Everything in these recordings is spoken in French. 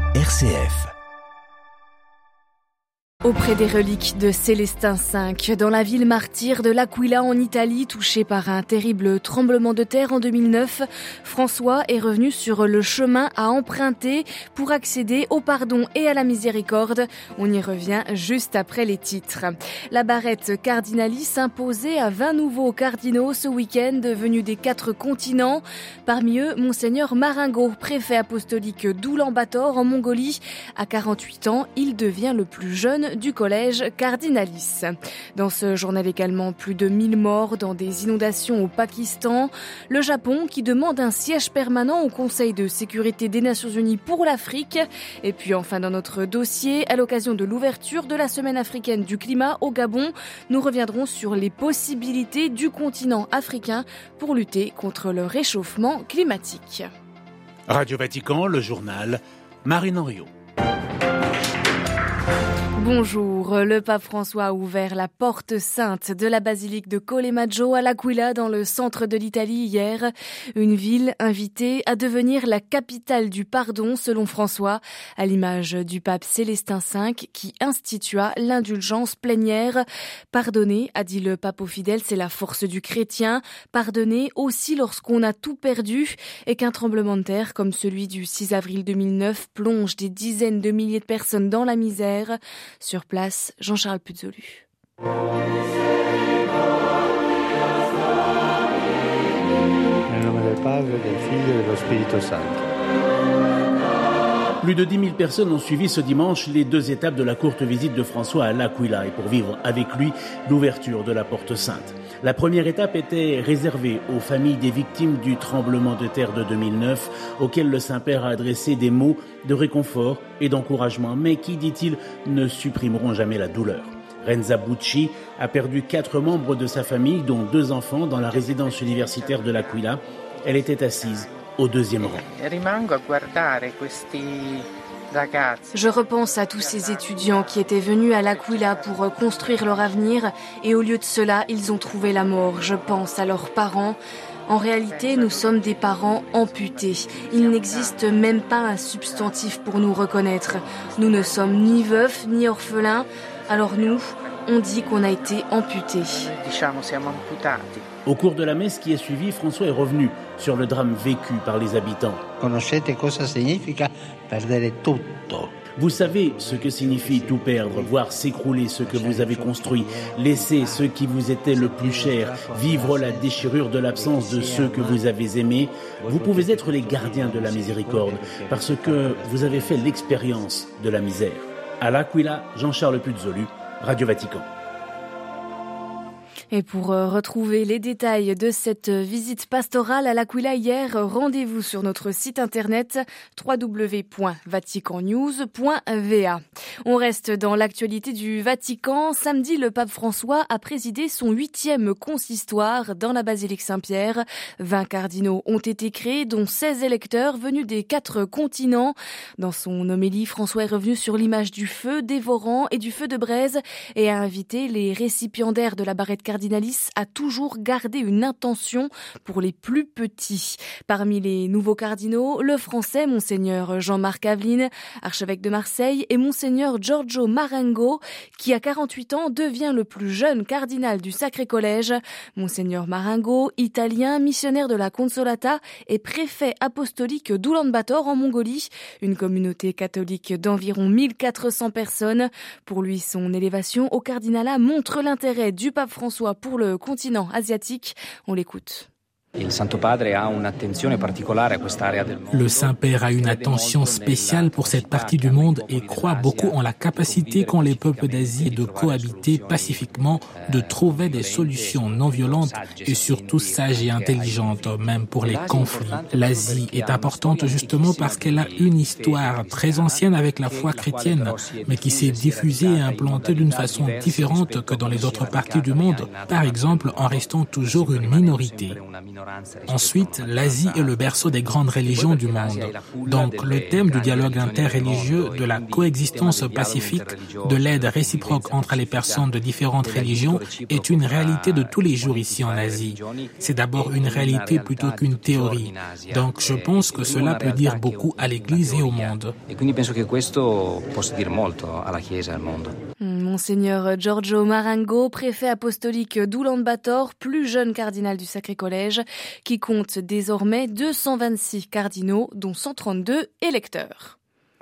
RCF. Auprès des reliques de Célestin V, dans la ville martyre de l'Aquila en Italie, touchée par un terrible tremblement de terre en 2009, François est revenu sur le chemin à emprunter pour accéder au pardon et à la miséricorde. On y revient juste après les titres. La barrette cardinalis imposée à 20 nouveaux cardinaux ce week-end venus des 4 continents. Parmi eux, Monseigneur Marengo, préfet apostolique d'Oulan-Bator en Mongolie. À 48 ans, il devient le plus jeune du collège Cardinalis. Dans ce journal également, plus de 1000 morts dans des inondations au Pakistan. Le Japon qui demande un siège permanent au Conseil de sécurité des Nations Unies pour l'Afrique. Et puis enfin dans notre dossier, à l'occasion de l'ouverture de la Semaine africaine du climat au Gabon, nous reviendrons sur les possibilités du continent africain pour lutter contre le réchauffement climatique. Radio Vatican, le journal, Marine Henriot. Bonjour, le pape François a ouvert la porte sainte de la basilique de Colle-Maggio à l'Aquila dans le centre de l'Italie hier. Une ville invitée à devenir la capitale du pardon selon François, à l'image du pape Célestin V qui institua l'indulgence plénière. Pardonner, a dit le pape aux fidèles, c'est la force du chrétien. Pardonner aussi lorsqu'on a tout perdu et qu'un tremblement de terre comme celui du 6 avril 2009 plonge des dizaines de milliers de personnes dans la misère. Sur place, Jean-Charles Puzzolu. Nel nome del Padre, del Figlio e dello Spirito Santo. Plus de 10 000 personnes ont suivi ce dimanche les 2 étapes de la courte visite de François à l'Aquila et pour vivre avec lui l'ouverture de la Porte Sainte. La première étape était réservée aux familles des victimes du tremblement de terre de 2009, auxquelles le Saint-Père a adressé des mots de réconfort et d'encouragement, mais qui, dit-il, ne supprimeront jamais la douleur. Renza Bucci a perdu 4 membres de sa famille, dont 2 enfants, dans la résidence universitaire de l'Aquila. Elle était assise au 2e rang. Je repense à tous ces étudiants qui étaient venus à l'Aquila pour construire leur avenir et au lieu de cela, ils ont trouvé la mort. Je pense à leurs parents. En réalité, nous sommes des parents amputés. Il n'existe même pas un substantif pour nous reconnaître. Nous ne sommes ni veufs ni orphelins. Alors nous, on dit qu'on a été amputés. Au cours de la messe qui est suivie, François est revenu sur le drame vécu par les habitants. Conoscete cosa significa perdere tutto? Vous savez ce que signifie tout perdre, voir s'écrouler ce que vous avez construit, laisser ce qui vous était le plus cher, vivre la déchirure de l'absence de ceux que vous avez aimés. Vous pouvez être les gardiens de la miséricorde parce que vous avez fait l'expérience de la misère. À l'Aquila, Jean-Charles Puzzolu, Radio Vatican. Et pour retrouver les détails de cette visite pastorale à l'Aquila hier, rendez-vous sur notre site internet www.vaticannews.va. On reste dans l'actualité du Vatican. Samedi, le pape François a présidé son 8e consistoire dans la basilique Saint-Pierre. 20 cardinaux ont été créés, dont 16 électeurs venus des 4 continents. Dans son homélie, François est revenu sur l'image du feu dévorant et du feu de braise et a invité les récipiendaires de la barrette cardinalice a toujours gardé une intention pour les plus petits. Parmi les nouveaux cardinaux, le français Monseigneur Jean-Marc Aveline, archevêque de Marseille, et Monseigneur Giorgio Marengo, qui à 48 ans devient le plus jeune cardinal du Sacré Collège. Monseigneur Marengo, italien, missionnaire de la Consolata et préfet apostolique d'Oulan-Bator en Mongolie, une communauté catholique d'environ 1400 personnes. Pour lui, son élévation au cardinalat montre l'intérêt du pape François pour le continent asiatique. On l'écoute. Le Saint-Père a une attention spéciale pour cette partie du monde et croit beaucoup en la capacité qu'ont les peuples d'Asie de cohabiter pacifiquement, de trouver des solutions non violentes et surtout sages et intelligentes, même pour les conflits. L'Asie est importante justement parce qu'elle a une histoire très ancienne avec la foi chrétienne, mais qui s'est diffusée et implantée d'une façon différente que dans les autres parties du monde, par exemple en restant toujours une minorité. Ensuite, l'Asie est le berceau des grandes religions du monde. Donc, le thème du dialogue interreligieux, de la coexistence pacifique, de l'aide réciproque entre les personnes de différentes religions est une réalité de tous les jours ici en Asie. C'est d'abord une réalité plutôt qu'une théorie. Donc, je pense que cela peut dire beaucoup à l'Église et au monde. Monseigneur Giorgio Marengo, préfet apostolique d'Oulan-Bator, plus jeune cardinal du Sacré Collège, qui compte désormais 226 cardinaux, dont 132 électeurs.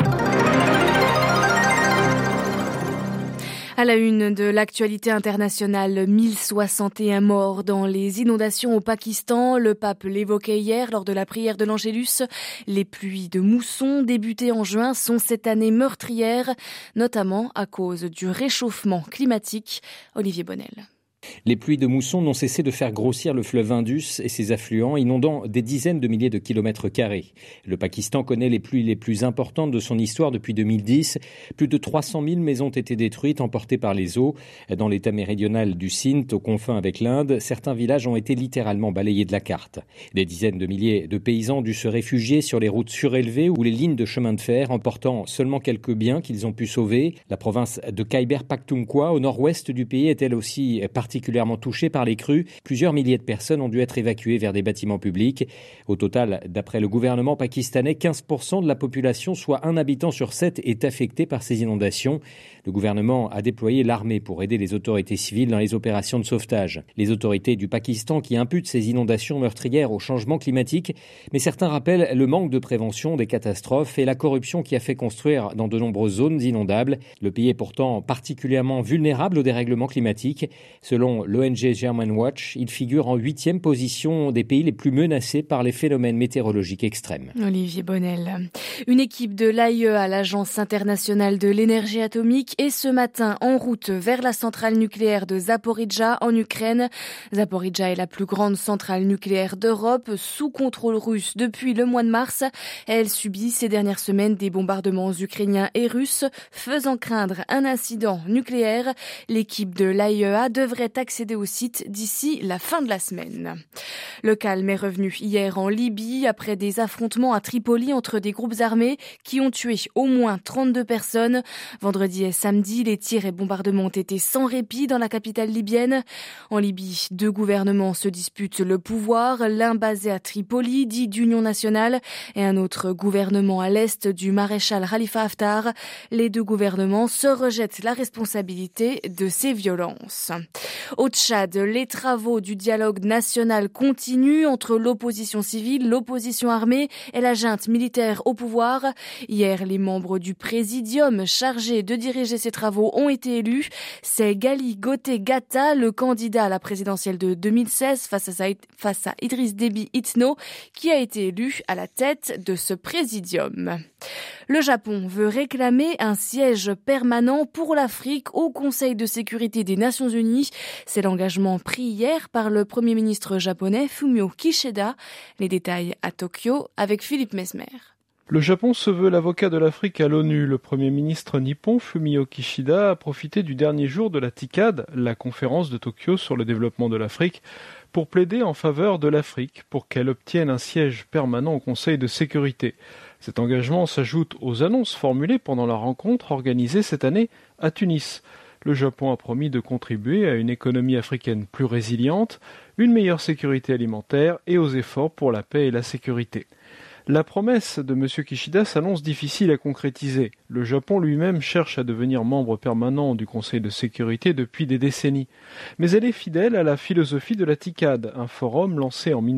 À la une de l'actualité internationale, 1061 morts dans les inondations au Pakistan. Le pape l'évoquait hier lors de la prière de l'Angélus. Les pluies de mousson débutées en juin sont cette année meurtrières, notamment à cause du réchauffement climatique. Olivier Bonnel. Les pluies de mousson n'ont cessé de faire grossir le fleuve Indus et ses affluents, inondant des dizaines de milliers de kilomètres carrés. Le Pakistan connaît les pluies les plus importantes de son histoire depuis 2010. Plus de 300 000 maisons ont été détruites, emportées par les eaux. Dans l'état méridional du Sindh, aux confins avec l'Inde, certains villages ont été littéralement balayés de la carte. Des dizaines de milliers de paysans ont dû se réfugier sur les routes surélevées ou les lignes de chemin de fer, emportant seulement quelques biens qu'ils ont pu sauver. La province de Khyber Pakhtunkhwa, au nord-ouest du pays, est elle aussi particulièrement touchée par les crues. Plusieurs milliers de personnes ont dû être évacuées vers des bâtiments publics. Au total, d'après le gouvernement pakistanais, 15% de la population, soit un habitant sur 7, est affecté par ces inondations. Le gouvernement a déployé l'armée pour aider les autorités civiles dans les opérations de sauvetage. Les autorités du Pakistan qui imputent ces inondations meurtrières au changement climatique, mais certains rappellent le manque de prévention des catastrophes et la corruption qui a fait construire dans de nombreuses zones inondables. Le pays est pourtant particulièrement vulnérable au dérèglement climatique. Selon l'ONG German Watch, il figure en 8e position des pays les plus menacés par les phénomènes météorologiques extrêmes. Olivier Bonnel. Une équipe de l'AIEA, l'Agence internationale de l'énergie atomique, est ce matin en route vers la centrale nucléaire de Zaporijjia en Ukraine. Zaporijjia est la plus grande centrale nucléaire d'Europe, sous contrôle russe depuis le mois de mars. Elle subit ces dernières semaines des bombardements ukrainiens et russes, faisant craindre un incident nucléaire. L'équipe de l'AIEA devrait accéder au site d'ici la fin de la semaine. Le calme est revenu hier en Libye après des affrontements à Tripoli entre des groupes armés qui ont tué au moins 32 personnes. Vendredi et samedi, les tirs et bombardements ont été sans répit dans la capitale libyenne. En Libye, 2 gouvernements se disputent le pouvoir, l'un basé à Tripoli, dit d'Union nationale, et un autre gouvernement à l'est du maréchal Khalifa Haftar. Les 2 gouvernements se rejettent la responsabilité de ces violences. Au Tchad, les travaux du dialogue national continuent entre l'opposition civile, l'opposition armée et la junte militaire au pouvoir. Hier, les membres du présidium chargés de diriger ces travaux ont été élus. C'est Gali Goté Gata, le candidat à la présidentielle de 2016 face à Idriss Déby Itno, qui a été élu à la tête de ce présidium. Le Japon veut réclamer un siège permanent pour l'Afrique au Conseil de sécurité des Nations Unies. C'est l'engagement pris hier par le Premier ministre japonais Fumio Kishida. Les détails à Tokyo avec Philippe Mesmer. Le Japon se veut l'avocat de l'Afrique à l'ONU. Le Premier ministre nippon Fumio Kishida a profité du dernier jour de la TICAD, la conférence de Tokyo sur le développement de l'Afrique, pour plaider en faveur de l'Afrique pour qu'elle obtienne un siège permanent au Conseil de sécurité. Cet engagement s'ajoute aux annonces formulées pendant la rencontre organisée cette année à Tunis. Le Japon a promis de contribuer à une économie africaine plus résiliente, une meilleure sécurité alimentaire et aux efforts pour la paix et la sécurité. La promesse de M. Kishida s'annonce difficile à concrétiser. Le Japon lui-même cherche à devenir membre permanent du Conseil de sécurité depuis des décennies. Mais elle est fidèle à la philosophie de la TICAD, un forum lancé en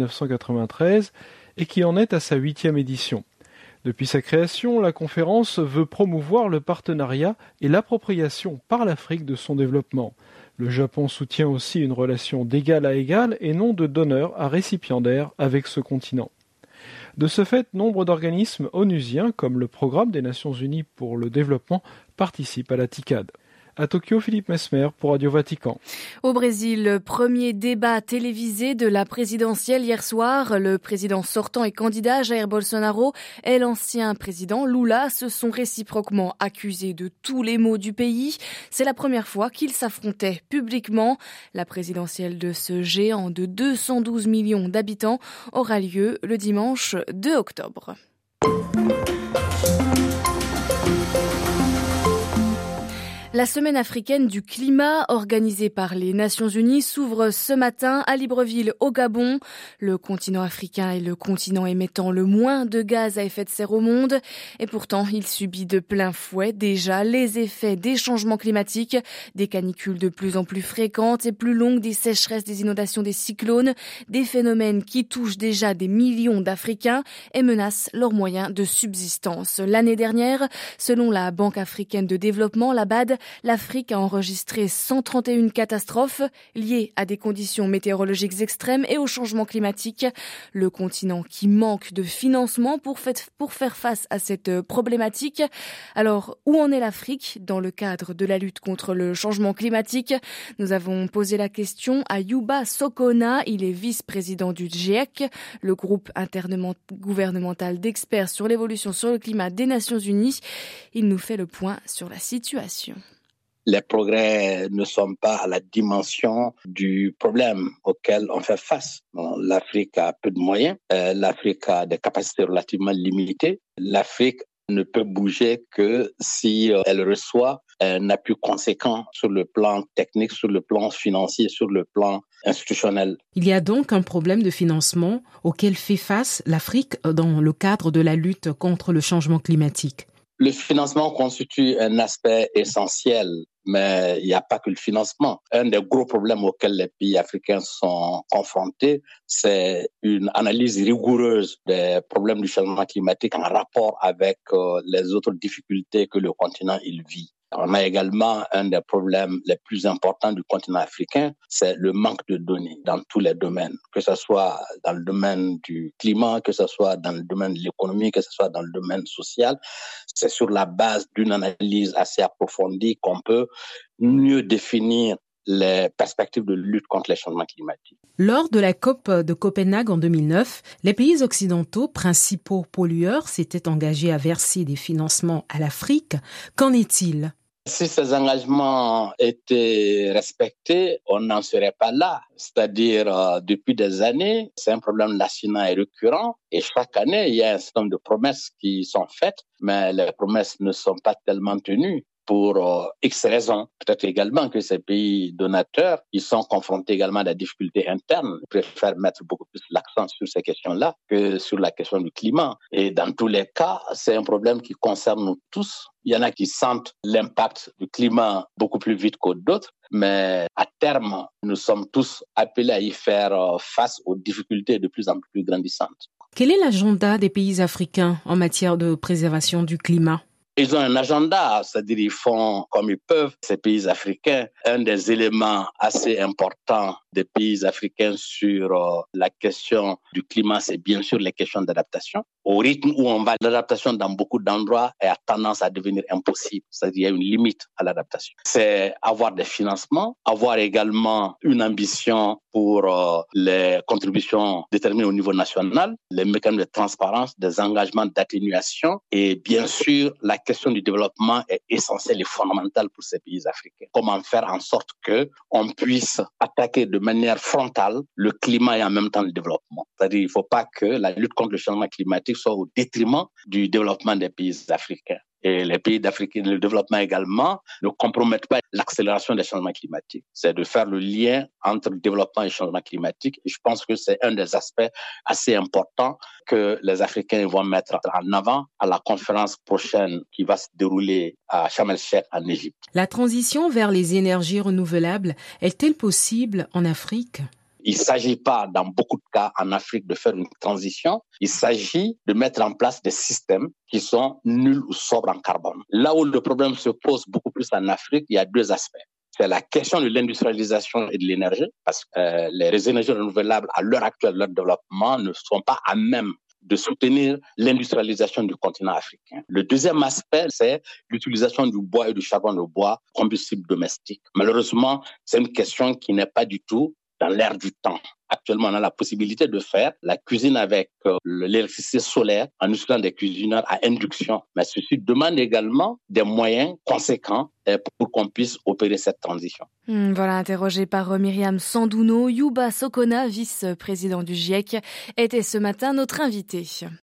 1993 et qui en est à sa 8e édition. Depuis sa création, la conférence veut promouvoir le partenariat et l'appropriation par l'Afrique de son développement. Le Japon soutient aussi une relation d'égal à égal et non de donneur à récipiendaire avec ce continent. De ce fait, nombre d'organismes onusiens, comme le Programme des Nations Unies pour le développement, participent à la TICAD. À Tokyo, Philippe Mesmer pour Radio Vatican. Au Brésil, premier débat télévisé de la présidentielle hier soir. Le président sortant et candidat Jair Bolsonaro et l'ancien président Lula se sont réciproquement accusés de tous les maux du pays. C'est la première fois qu'ils s'affrontaient publiquement. La présidentielle de ce géant de 212 millions d'habitants aura lieu le dimanche 2 octobre. La semaine africaine du climat, organisée par les Nations Unies, s'ouvre ce matin à Libreville, au Gabon. Le continent africain est le continent émettant le moins de gaz à effet de serre au monde. Et pourtant, il subit de plein fouet déjà les effets des changements climatiques, des canicules de plus en plus fréquentes et plus longues, des sécheresses, des inondations, des cyclones, des phénomènes qui touchent déjà des millions d'Africains et menacent leurs moyens de subsistance. L'année dernière, selon la Banque africaine de développement, la BAD, l'Afrique a enregistré 131 catastrophes liées à des conditions météorologiques extrêmes et au changement climatique. Le continent qui manque de financement pour faire face à cette problématique. Alors, où en est l'Afrique dans le cadre de la lutte contre le changement climatique? Nous avons posé la question à Yuba Sokona. Il est vice-président du GIEC, le groupe intergouvernemental d'experts sur l'évolution sur le climat des Nations Unies. Il nous fait le point sur la situation. Les progrès ne sont pas à la dimension du problème auquel on fait face. L'Afrique a peu de moyens, l'Afrique a des capacités relativement limitées. L'Afrique ne peut bouger que si elle reçoit un appui conséquent sur le plan technique, sur le plan financier, sur le plan institutionnel. Il y a donc un problème de financement auquel fait face l'Afrique dans le cadre de la lutte contre le changement climatique. Le financement constitue un aspect essentiel, mais il n'y a pas que le financement. Un des gros problèmes auxquels les pays africains sont confrontés, c'est une analyse rigoureuse des problèmes du changement climatique en rapport avec les autres difficultés que le continent il vit. On a également un des problèmes les plus importants du continent africain, c'est le manque de données dans tous les domaines, que ce soit dans le domaine du climat, que ce soit dans le domaine de l'économie, que ce soit dans le domaine social. C'est sur la base d'une analyse assez approfondie qu'on peut mieux définir les perspectives de lutte contre les changements climatiques. Lors de la COP de Copenhague en 2009, les pays occidentaux, principaux pollueurs, s'étaient engagés à verser des financements à l'Afrique. Qu'en est-il ? Si ces engagements étaient respectés, on n'en serait pas là. C'est-à-dire, depuis des années, c'est un problème national et récurrent. Et chaque année, il y a un certain nombre de promesses qui sont faites, mais les promesses ne sont pas tellement tenues. Pour X raisons. Peut-être également que ces pays donateurs, ils sont confrontés également à des difficultés internes. Ils préfèrent mettre beaucoup plus l'accent sur ces questions-là que sur la question du climat. Et dans tous les cas, c'est un problème qui concerne nous tous. Il y en a qui sentent l'impact du climat beaucoup plus vite que d'autres, mais à terme, nous sommes tous appelés à y faire face aux difficultés de plus en plus grandissantes. Quel est l'agenda des pays africains en matière de préservation du climat ? Ils ont un agenda, c'est-à-dire ils font comme ils peuvent, ces pays africains. Un des éléments assez importants des pays africains sur la question du climat, c'est bien sûr les questions d'adaptation. Au rythme où on va, l'adaptation dans beaucoup d'endroits a tendance à devenir impossible. C'est-à-dire qu'il y a une limite à l'adaptation. C'est avoir des financements, avoir également une ambition pour les contributions déterminées au niveau national, les mécanismes de transparence, des engagements d'atténuation et bien sûr la question du développement est essentielle et fondamentale pour ces pays africains. Comment faire en sorte qu'on puisse attaquer de manière frontale le climat et en même temps le développement. C'est-à-dire qu'il ne faut pas que la lutte contre le changement climatique soit au détriment du développement des pays africains. Et les pays d'Afrique, le développement également, ne compromettent pas l'accélération des changements climatiques. C'est de faire le lien entre le développement et le changement climatique. Et je pense que c'est un des aspects assez importants que les Africains vont mettre en avant à la conférence prochaine qui va se dérouler à Sharm el-Sheikh en Égypte. La transition vers les énergies renouvelables est-elle possible en Afrique ? Il ne s'agit pas, dans beaucoup de cas en Afrique, de faire une transition. Il s'agit de mettre en place des systèmes qui sont nuls ou sobres en carbone. Là où le problème se pose beaucoup plus en Afrique, il y a deux aspects. C'est la question de l'industrialisation et de l'énergie, parce que les énergies renouvelables, à l'heure actuelle, leur développement ne sont pas à même de soutenir l'industrialisation du continent africain. Le deuxième aspect, c'est l'utilisation du bois et du charbon de bois, combustible domestique. Malheureusement, c'est une question qui n'est pas du tout dans l'air du temps. Actuellement, on a la possibilité de faire la cuisine avec l'électricité solaire en utilisant des cuisineurs à induction. Mais ceci demande également des moyens conséquents pour qu'on puisse opérer cette transition. Voilà, interrogé par Myriam Sandouno, Youba Sokona, vice-président du GIEC, était ce matin notre invité.